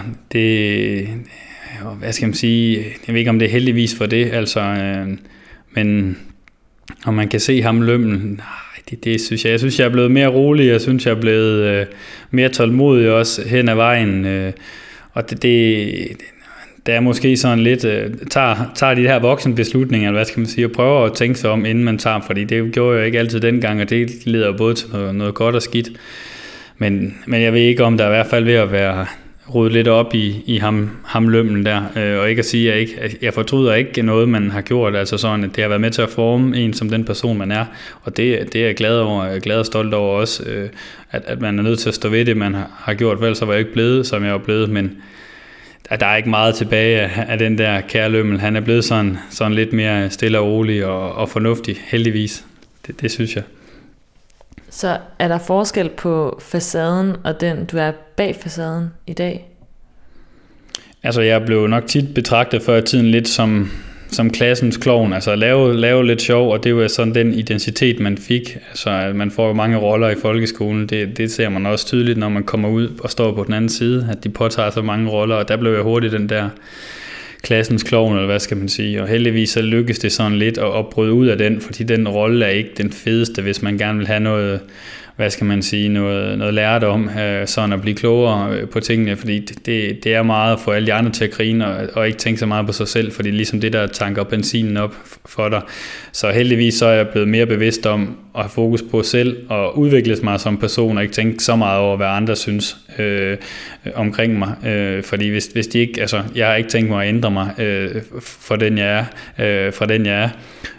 hvad skal man sige? Jeg ved ikke, om det er heldigvis for det. Altså, men om man kan se ham Lømlen, det synes jeg. Jeg synes, jeg er blevet mere rolig. Jeg synes, jeg er blevet mere tålmodig også hen ad vejen. Og det er måske sådan lidt, tager de her voksenbeslutninger, eller hvad skal man sige, og prøver at tænke sig om, inden man tager, fordi det gjorde jeg ikke altid dengang, og det leder jo både til noget godt og skidt. Men jeg ved ikke, om der er i hvert fald ved at være rodet lidt op i ham Lømlen der, og ikke at sige, at jeg fortryder ikke noget, man har gjort, altså sådan, at det har været med til at forme en som den person, man er, og det er jeg glad over, jeg er glad og stolt over også, at man er nødt til at stå ved det, man har gjort, for ellers var jeg ikke blevet, som jeg var blevet, men at der er ikke meget tilbage af den der kære Lømmel. Han er blevet sådan lidt mere stille og rolig og fornuftig, heldigvis. Det synes jeg. Så er der forskel på facaden og den, du er bag facaden i dag? Altså, jeg blev nok tit betragtet før i tiden lidt som klassens klovn, altså lave lidt sjov, og det var sådan den identitet, man fik. Altså, man får jo mange roller i folkeskolen, det ser man også tydeligt, når man kommer ud og står på den anden side, at de påtager så mange roller, og der blev jeg hurtigt den der klassens klovn, eller hvad skal man sige, og heldigvis så lykkes det sådan lidt at bryde ud af den, fordi den rolle er ikke den fedeste, hvis man gerne vil have noget, hvad skal man sige, noget lærdom, sådan at blive klogere på tingene, fordi det er meget at få alle de andre til at grine, og ikke tænke så meget på sig selv, fordi ligesom det der tanker benzinen op for dig. Så heldigvis så er jeg blevet mere bevidst om at have fokus på selv, og udvikle mig som person, og ikke tænke så meget over, hvad andre synes omkring mig. Fordi hvis de ikke, altså jeg har ikke tænkt mig at ændre mig fra den jeg er.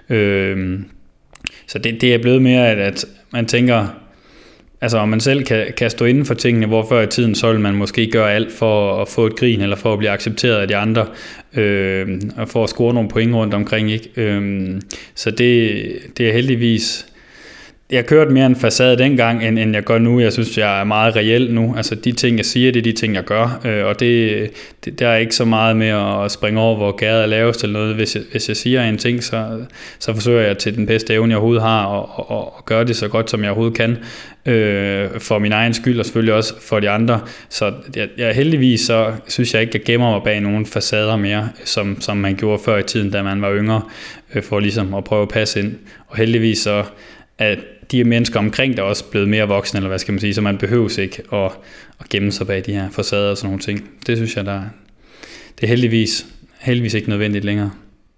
Så det er blevet mere, at man tænker, altså om man selv kan stå inden for tingene, hvor før i tiden, så vil man måske gøre alt for at få et grin, eller for at blive accepteret af de andre, og for at score nogle point rundt omkring, ikke? Så det er heldigvis. Jeg kørte mere en facade dengang, end jeg gør nu. Jeg synes, jeg er meget reel nu. Altså de ting, jeg siger, det er de ting, jeg gør. Og der er ikke så meget med at springe over, hvor gæret er lavest eller noget. Hvis jeg siger en ting, så forsøger jeg til den bedste evne, jeg overhovedet har, og gøre det så godt, som jeg overhovedet kan. For min egen skyld, og selvfølgelig også for de andre. Så jeg heldigvis, så synes jeg ikke, jeg gemmer mig bag nogle facader mere, som man gjorde før i tiden, da man var yngre, for ligesom at prøve at passe ind. Og heldigvis så at de mennesker omkring der også blevet mere voksne, eller hvad skal man sige, så man behøves ikke at gemme sig bag de her facader og sådan nogle ting. Det synes jeg, det er heldigvis ikke nødvendigt længere.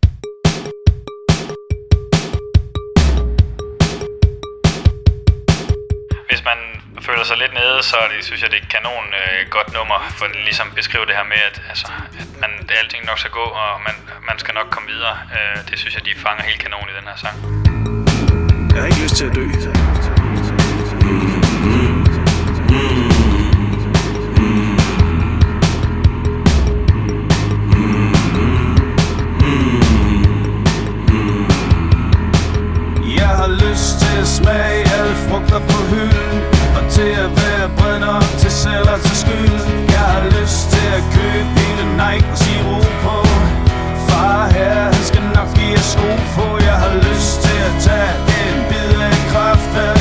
Hvis man føler sig lidt nede, så synes jeg, det er et kanon godt nummer, for at ligesom beskrive det her med, at alting nok skal gå, og man skal nok komme videre. Det synes jeg, de fanger helt kanon i den her sang. Jeg har ikke lyst til at dø. Jeg har lyst til at smage alle frugter på hylden, og til at være bred nok til selv og til skyld. Jeg har lyst til at købe hele Nike og sige ro på. Far her, han skal nok give os sko på. Jeg har lyst til at tage en bid af kraft.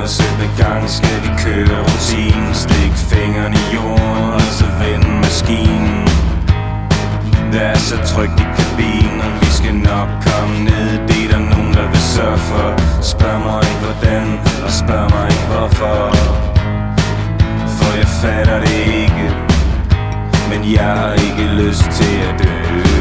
117. gang skal vi køre rutinen. Stik fingrene i jorden, og så vende maskinen. Det er så trygt i kabinen, og vi skal nok komme ned. Det er der nogen, der vil sørge for. Spørg mig ikke hvordan, og spørg mig ikke hvorfor. For jeg fatter det ikke, men jeg har ikke lyst til at dø.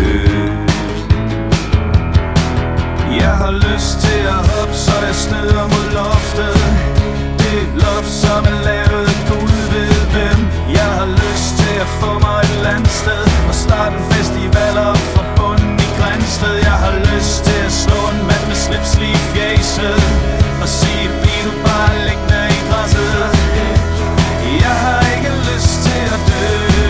Jeg har lyst til at hoppe, så jeg støder mod loftet. Det loft, som er lavet af Gud ved hvem. Jeg har lyst til at få mig et landsted og starte en festival op fra bunden i Grænsted. Jeg har lyst til at slå en mand med slips lige i fjæset og sige, bliv du bare liggende i græsset. Jeg har ikke lyst til at dø.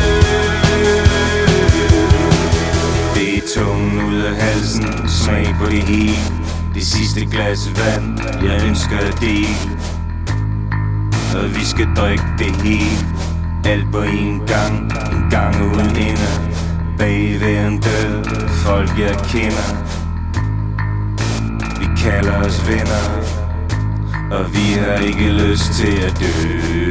Det er tungen ud af halsen, smag på det hele. Det sidste glas vand, jeg ønsker at dele. Og vi skal drikke det hele, alt på en gang uden ende. Bag ved en død, folk jeg kender. Vi kalder os venner, og vi har ikke lyst til at dø.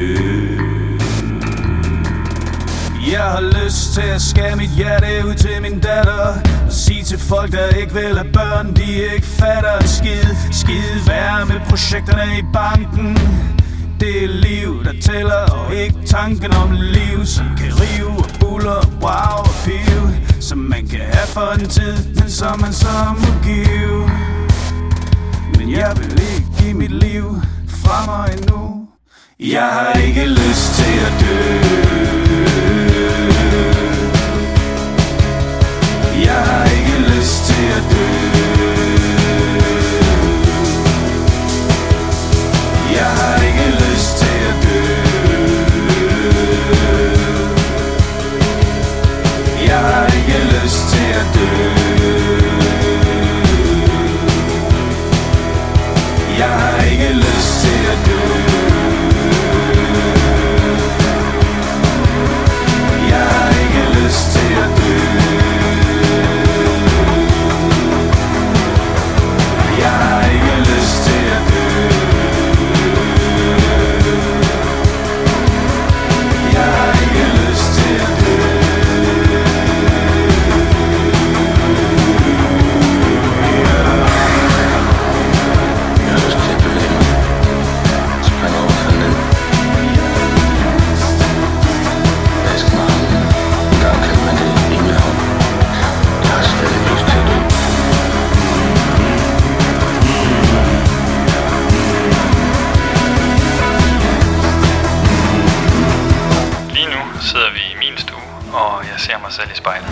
Jeg har lyst til at skære mit hjerte ud til min datter og sige til folk, der ikke vil have børn, de ikke fatter en skid. Skide være med projekterne i banken. Det er liv, der tæller, og ikke tanken om liv, som kan rive og buller, wow og pive, som man kan have for en tid, men som man så må give. Men jeg vil ikke give mit liv fra mig endnu. Jeg har ikke lyst til at dø. Jeg har ikke lyst til at dø. Jeg har ikke lyst til at dø. Jeg har ikke lyst til at dø. Jeg har ikke lyst til at dø. Jeg har ikke lyst til at dø. Jeg har ikke lyst til at dø. Jeg har ikke lyst til at dø. Jeg har lyst til at bevæge mig. Springe over for ned. Vask mig armen. En gang kaldte man det englehavn. Jeg har stadig lyst til at dø. Lige nu sidder vi i min stue, og jeg ser mig selv i spejlet.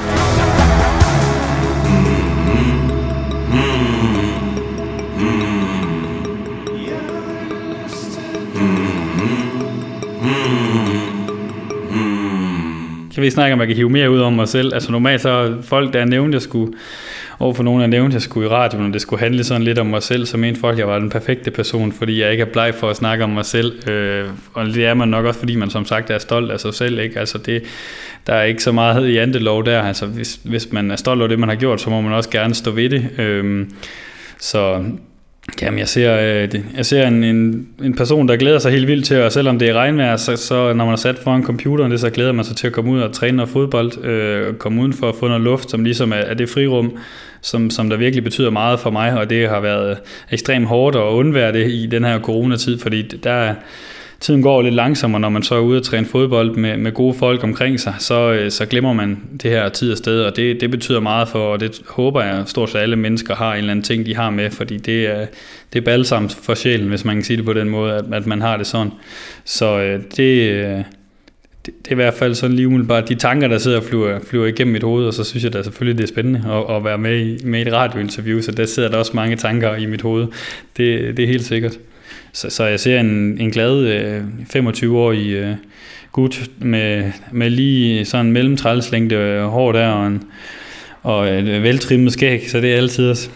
Kan vi snakke om, at jeg kan hive mere ud om mig selv? Altså normalt så folk, der nævnte, jeg skulle overfor nogen, der nævnte, jeg skulle i radioen, og det skulle handle sådan lidt om mig selv, så mente folk, jeg var den perfekte person, fordi jeg ikke er bleg for at snakke om mig selv. Og det er man nok også, fordi man som sagt er stolt af sig selv, ikke? Altså der er ikke så meget i jantelov der. Altså hvis man er stolt af det, man har gjort, så må man også gerne stå ved det. Så jamen, jeg ser en person, der glæder sig helt vildt til, og selvom det er regnvejr, så når man er sat foran computeren, så glæder man sig til at komme ud og træne noget fodbold, komme udenfor og få noget luft, som ligesom er det frirum, som der virkelig betyder meget for mig, og det har været ekstremt hårdt at undvære det i den her coronatid, fordi tiden går lidt langsommere, når man så er ude og træne fodbold med gode folk omkring sig, så glemmer man det her tid og sted, og det betyder meget for, og det håber jeg stort set alle mennesker har en eller anden ting, de har med, fordi det er balsam for sjælen, hvis man kan sige det på den måde, at man har det sådan. Så det er i hvert fald sådan lige umiddelbart de tanker, der sidder og flyver igennem mit hoved, og så synes jeg da selvfølgelig, det er spændende at være med i et radiointerview, så der sidder der også mange tanker i mit hoved. Det er helt sikkert. Så jeg ser en glad 25-årig gut med lige sådan en mellemtrælslængde hår der og et veltrimmet skæg, så det er altid også.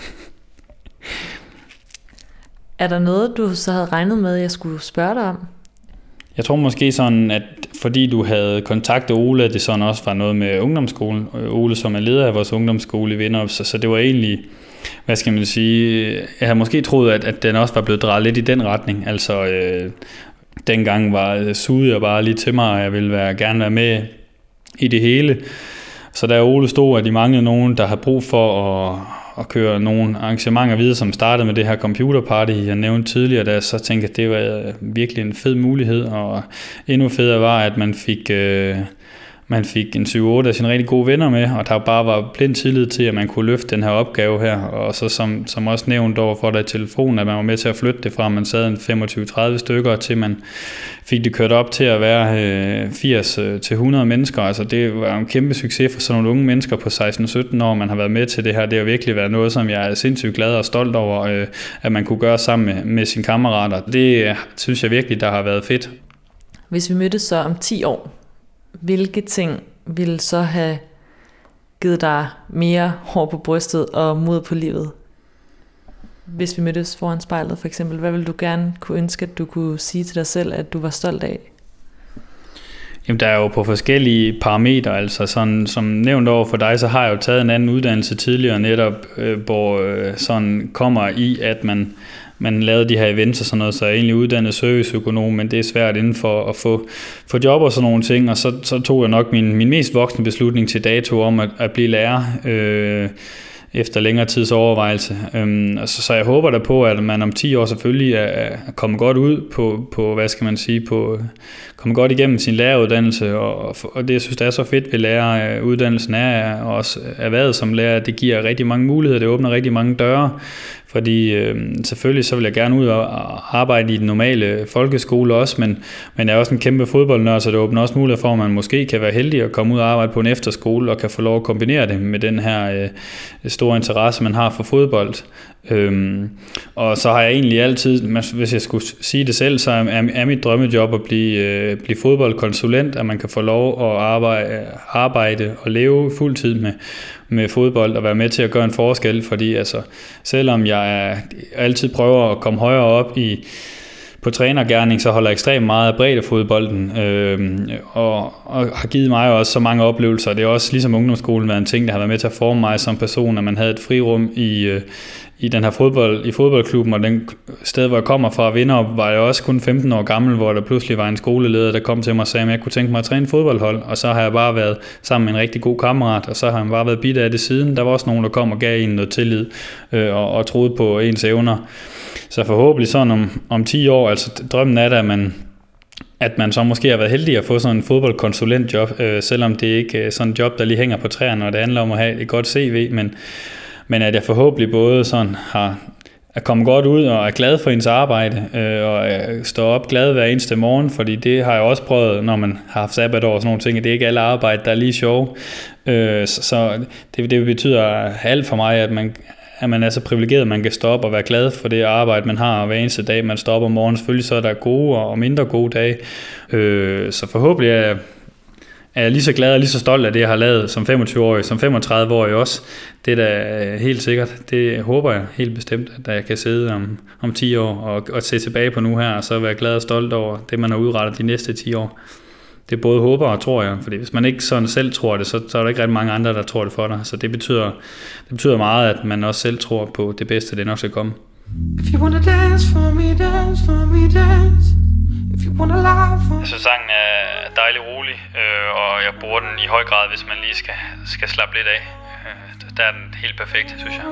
Er der noget, du så havde regnet med, at jeg skulle spørge dig om? Jeg tror måske sådan, at fordi du havde kontaktet Ole, at det sådan også var noget med ungdomsskolen. Ole, som er leder af vores ungdomsskole i Vinderup, så det var egentlig hvad skal man sige, jeg havde måske troet, at den også var blevet drejet lidt i den retning. Altså, dengang sugede jeg bare lige til mig, og jeg ville gerne være med i det hele. Så da Ole stod, at de manglede nogen, der havde brug for at køre nogle arrangementer videre, som startede med det her computerparty, jeg nævnte tidligere, så tænkte jeg, at det var virkelig en fed mulighed, og endnu federe var, at man fik en 7-8 af sine rigtig gode venner med, og der bare var blind tillid til, at man kunne løfte den her opgave her, og så som også nævnt over for dig i telefonen, at man var med til at flytte det fra, at man sad en 25-30 stykker, til man fik det kørt op til at være 80-100 mennesker. Altså det var en kæmpe succes for sådan nogle unge mennesker på 16-17 år, man har været med til det her. Det har virkelig været noget, som jeg er sindssygt glad og stolt over, at man kunne gøre sammen med sine kammerater. Det synes jeg virkelig, der har været fedt. Hvis vi mødtes så om 10 år, hvilke ting ville så have givet dig mere hår på brystet og mod på livet? Hvis vi mødtes foran spejlet for eksempel, hvad ville du gerne kunne ønske, at du kunne sige til dig selv, at du var stolt af? Jamen, der er jo på forskellige parametre, altså sådan, som nævnt over for dig, så har jeg jo taget en anden uddannelse tidligere netop, hvor sådan kommer i, at man lavede de her events og sådan noget, så jeg er egentlig uddannet serviceøkonom, men det er svært inden for at få job og sådan nogle ting, og så tog jeg nok min mest voksne beslutning til dato om at blive lærer, efter længere tids overvejelse. Så jeg håber da på, at man om 10 år selvfølgelig er kommet godt ud på hvad skal man sige, kommet godt igennem sin læreruddannelse, og det jeg synes, det er så fedt ved læreruddannelsen og også erhvervet som lærer, det giver rigtig mange muligheder, det åbner rigtig mange døre, fordi selvfølgelig så vil jeg gerne ud og arbejde i den normale folkeskole også, men jeg er også en kæmpe fodboldnørd, så det åbner også mulighed for, at man måske kan være heldig at komme ud og arbejde på en efterskole og kan få lov at kombinere det med den her store interesse, man har for fodbold. Og så har jeg egentlig altid, hvis jeg skulle sige det selv, så er mit drømmejob at blive fodboldkonsulent, at man kan få lov at arbejde og leve fuldtid med fodbold og være med til at gøre en forskel, fordi altså, selvom jeg altid prøver at komme højere op på trænergerning, så holder jeg ekstremt meget af breddefodbolden, og har givet mig også så mange oplevelser. Det er også ligesom ungdomsskolen været en ting, der har været med til at forme mig som person, at man havde et frirum i den her fodboldklubben, og den sted, hvor jeg kommer fra, Vinderup, var jeg også kun 15 år gammel, hvor der pludselig var en skoleleder, der kom til mig og sagde, at jeg kunne tænke mig at træne fodboldhold, og så har jeg bare været sammen med en rigtig god kammerat, og så har han bare været bidt af det siden. Der var også nogen, der kom og gav en noget tillid, og troede på ens evner. Så forhåbentlig sådan om 10 år, altså drømmen er da, at man så måske har været heldig at få sådan en fodboldkonsulentjob, selvom det ikke er sådan en job, der lige hænger på træerne, og det handler om at have et godt CV, men at jeg forhåbentlig både sådan er kommet godt ud og er glad for ens arbejde, og står op glad hver eneste morgen, fordi det har jeg også prøvet, når man har haft sabbatår og sådan nogle ting, det er ikke alle arbejde, der er lige sjov. Så det betyder alt for mig, at man er så privilegeret, at man kan stå op og være glad for det arbejde, man har hver eneste dag, man står op om morgenen. Selvfølgelig så er der gode og mindre gode dage. Så forhåbentlig er jeg lige så glad og lige så stolt af det, jeg har lavet som 25-årig, som 35-årig også. Det er da helt sikkert. Det håber jeg helt bestemt, at jeg kan sidde om 10 år og se tilbage på nu her, og så være glad og stolt over det, man har udrettet de næste 10 år. Det både håber og tror jeg, fordi hvis man ikke sådan selv tror det, så er der ikke ret mange andre, der tror det for dig. Så det betyder meget, at man også selv tror på det bedste, det nok skal komme. If you wanna dance for me, dance for me, dance. If you wanna lie for me. Jeg synes, sangen er dejlig rolig, og jeg bruger den i høj grad, hvis man lige skal slappe lidt af. Der er den helt perfekt, synes jeg.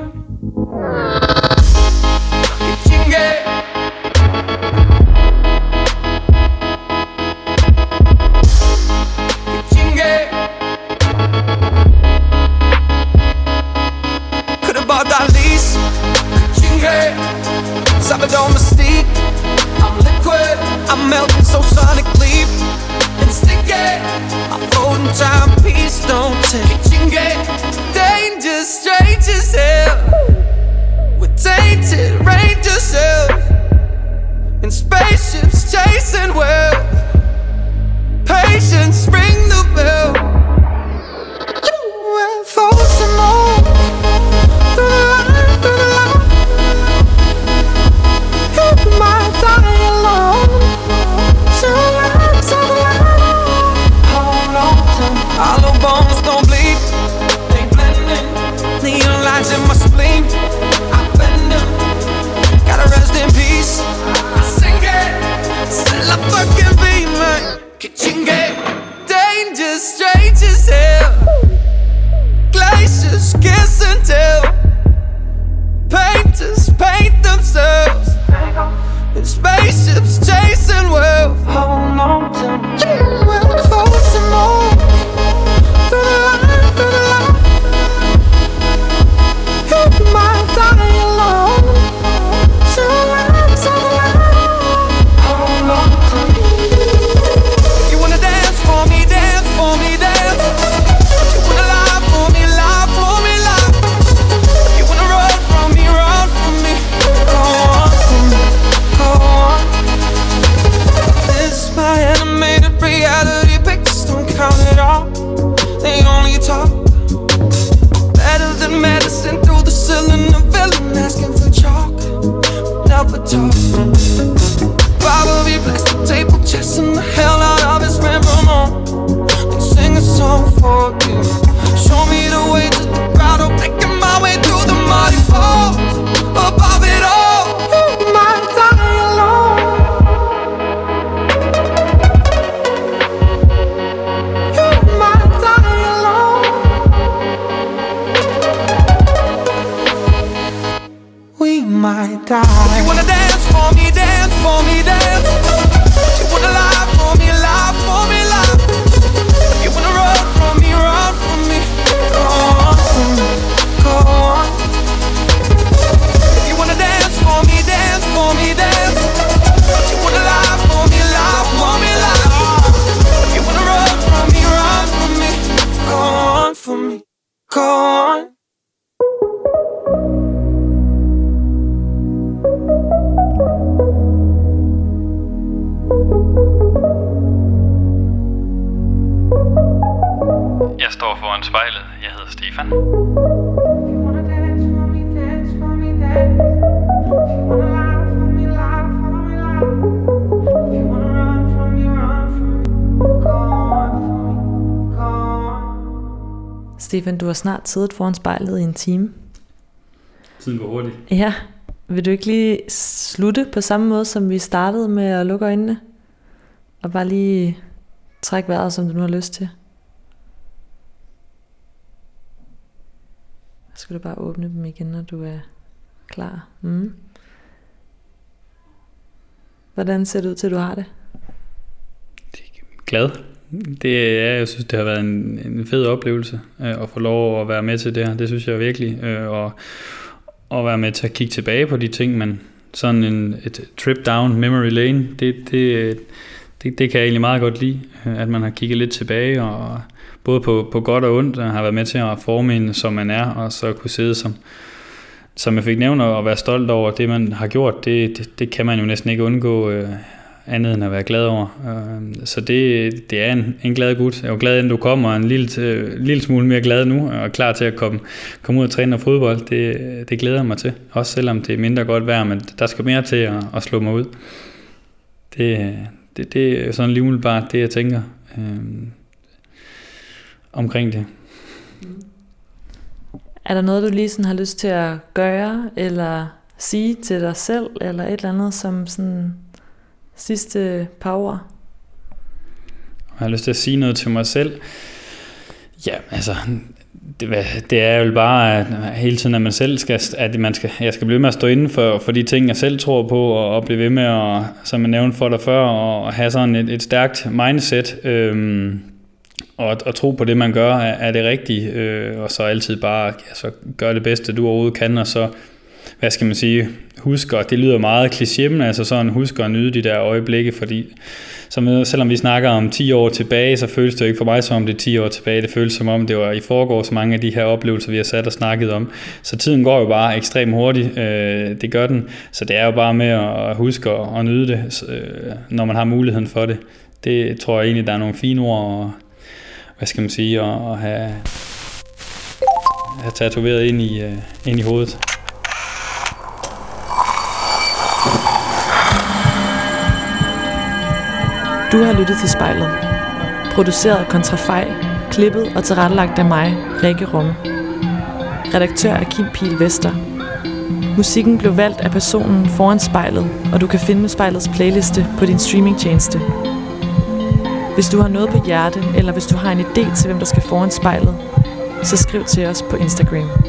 Salvador Mystique, I'm liquid, I'm melting so sonically and sticky. I'm floating time, peace don't take chingy. Danger, strange as hell. We're tainted, range ourselves in spaceships chasing wealth. Patience, ring the bell. We're forcing on through the line, through the line. Might die alone. So the line. Hold on to hollow bones don't bleed. They blending. Neon lights in my spleen. might die. You wanna dance for me, dance for me, dance. You wanna lie for me, lie for me, lie. You wanna run from me, run from me. Go on for me, go on. You wanna dance for me, dance for me, dance. You wanna lie for me, lie for me, lie. You wanna run from me, run from me. Go on for me, go on. Jeg står foran spejlet. Jeg hedder Stefan. Stefan, du har snart siddet foran spejlet i en time. Tiden går hurtigt. Ja, vil du ikke lige slutte på samme måde, som vi startede med at lukke øjnene? Og bare lige trække vejret, som du nu har lyst til. Så skal du bare åbne dem igen, når du er klar. Hvordan ser det ud til, at du har det? Glad. Jeg synes, det har været en fed oplevelse at få lov at være med til det her. Det synes jeg virkelig. Og være med til at kigge tilbage på de ting, men sådan et trip down memory lane, det kan jeg egentlig meget godt lide. At man har kigget lidt tilbage, og både på godt og ondt, har været med til at forme en, som man er, og så kunne sidde som jeg fik nævnt, og være stolt over det, man har gjort. Det kan man jo næsten ikke undgå andet end at være glad over. Så det er en glad gut. Jeg er jo glad, at du kommer, en lille smule mere glad nu, og klar til at komme ud og træne fodbold. Det glæder jeg mig til. Også selvom det er mindre godt vejr, men der skal mere til at slå mig ud. Det er sådan lige umiddelbart det, jeg tænker omkring det. Er der noget, du lige sådan har lyst til at gøre, eller sige til dig selv, eller et eller andet som sådan sidste par ord? Jeg har lyst til at sige noget til mig selv. Ja, altså, det er jo bare at hele tiden, at man selv jeg skal blive ved med at stå inden for de ting, jeg selv tror på, og blive ved med at, som jeg nævnte for dig før, og have sådan et stærkt mindset, og tro på det, man gør, er det rigtige, og så altid bare gøre det bedste, du overhovedet kan, og så, hvad skal man sige, husker, det lyder meget kliché, men altså sådan husker at nyde de der øjeblikke, fordi selvom vi snakker om 10 år tilbage, så føles det jo ikke for mig som om det er 10 år tilbage, det føles som om det var i forgårs mange af de her oplevelser, vi har sat og snakket om, så tiden går jo bare ekstremt hurtigt, det gør den, så det er jo bare med at huske at nyde det, når man har muligheden for det. Det tror jeg egentlig, der er nogle fine ord, og hvad skal man sige, at have tatoveret ind i hovedet. Du har lyttet til Spejlet. Produceret af Kontrafej, klippet og tilrettelagt af mig, Rikke Rumme. Redaktør er Kim Pihl Vester. Musikken blev valgt af personen foran spejlet, og du kan finde Spejlets playliste på din streamingtjeneste. Hvis du har noget på hjerte, eller hvis du har en idé til, hvem der skal foran spejlet, så skriv til os på Instagram.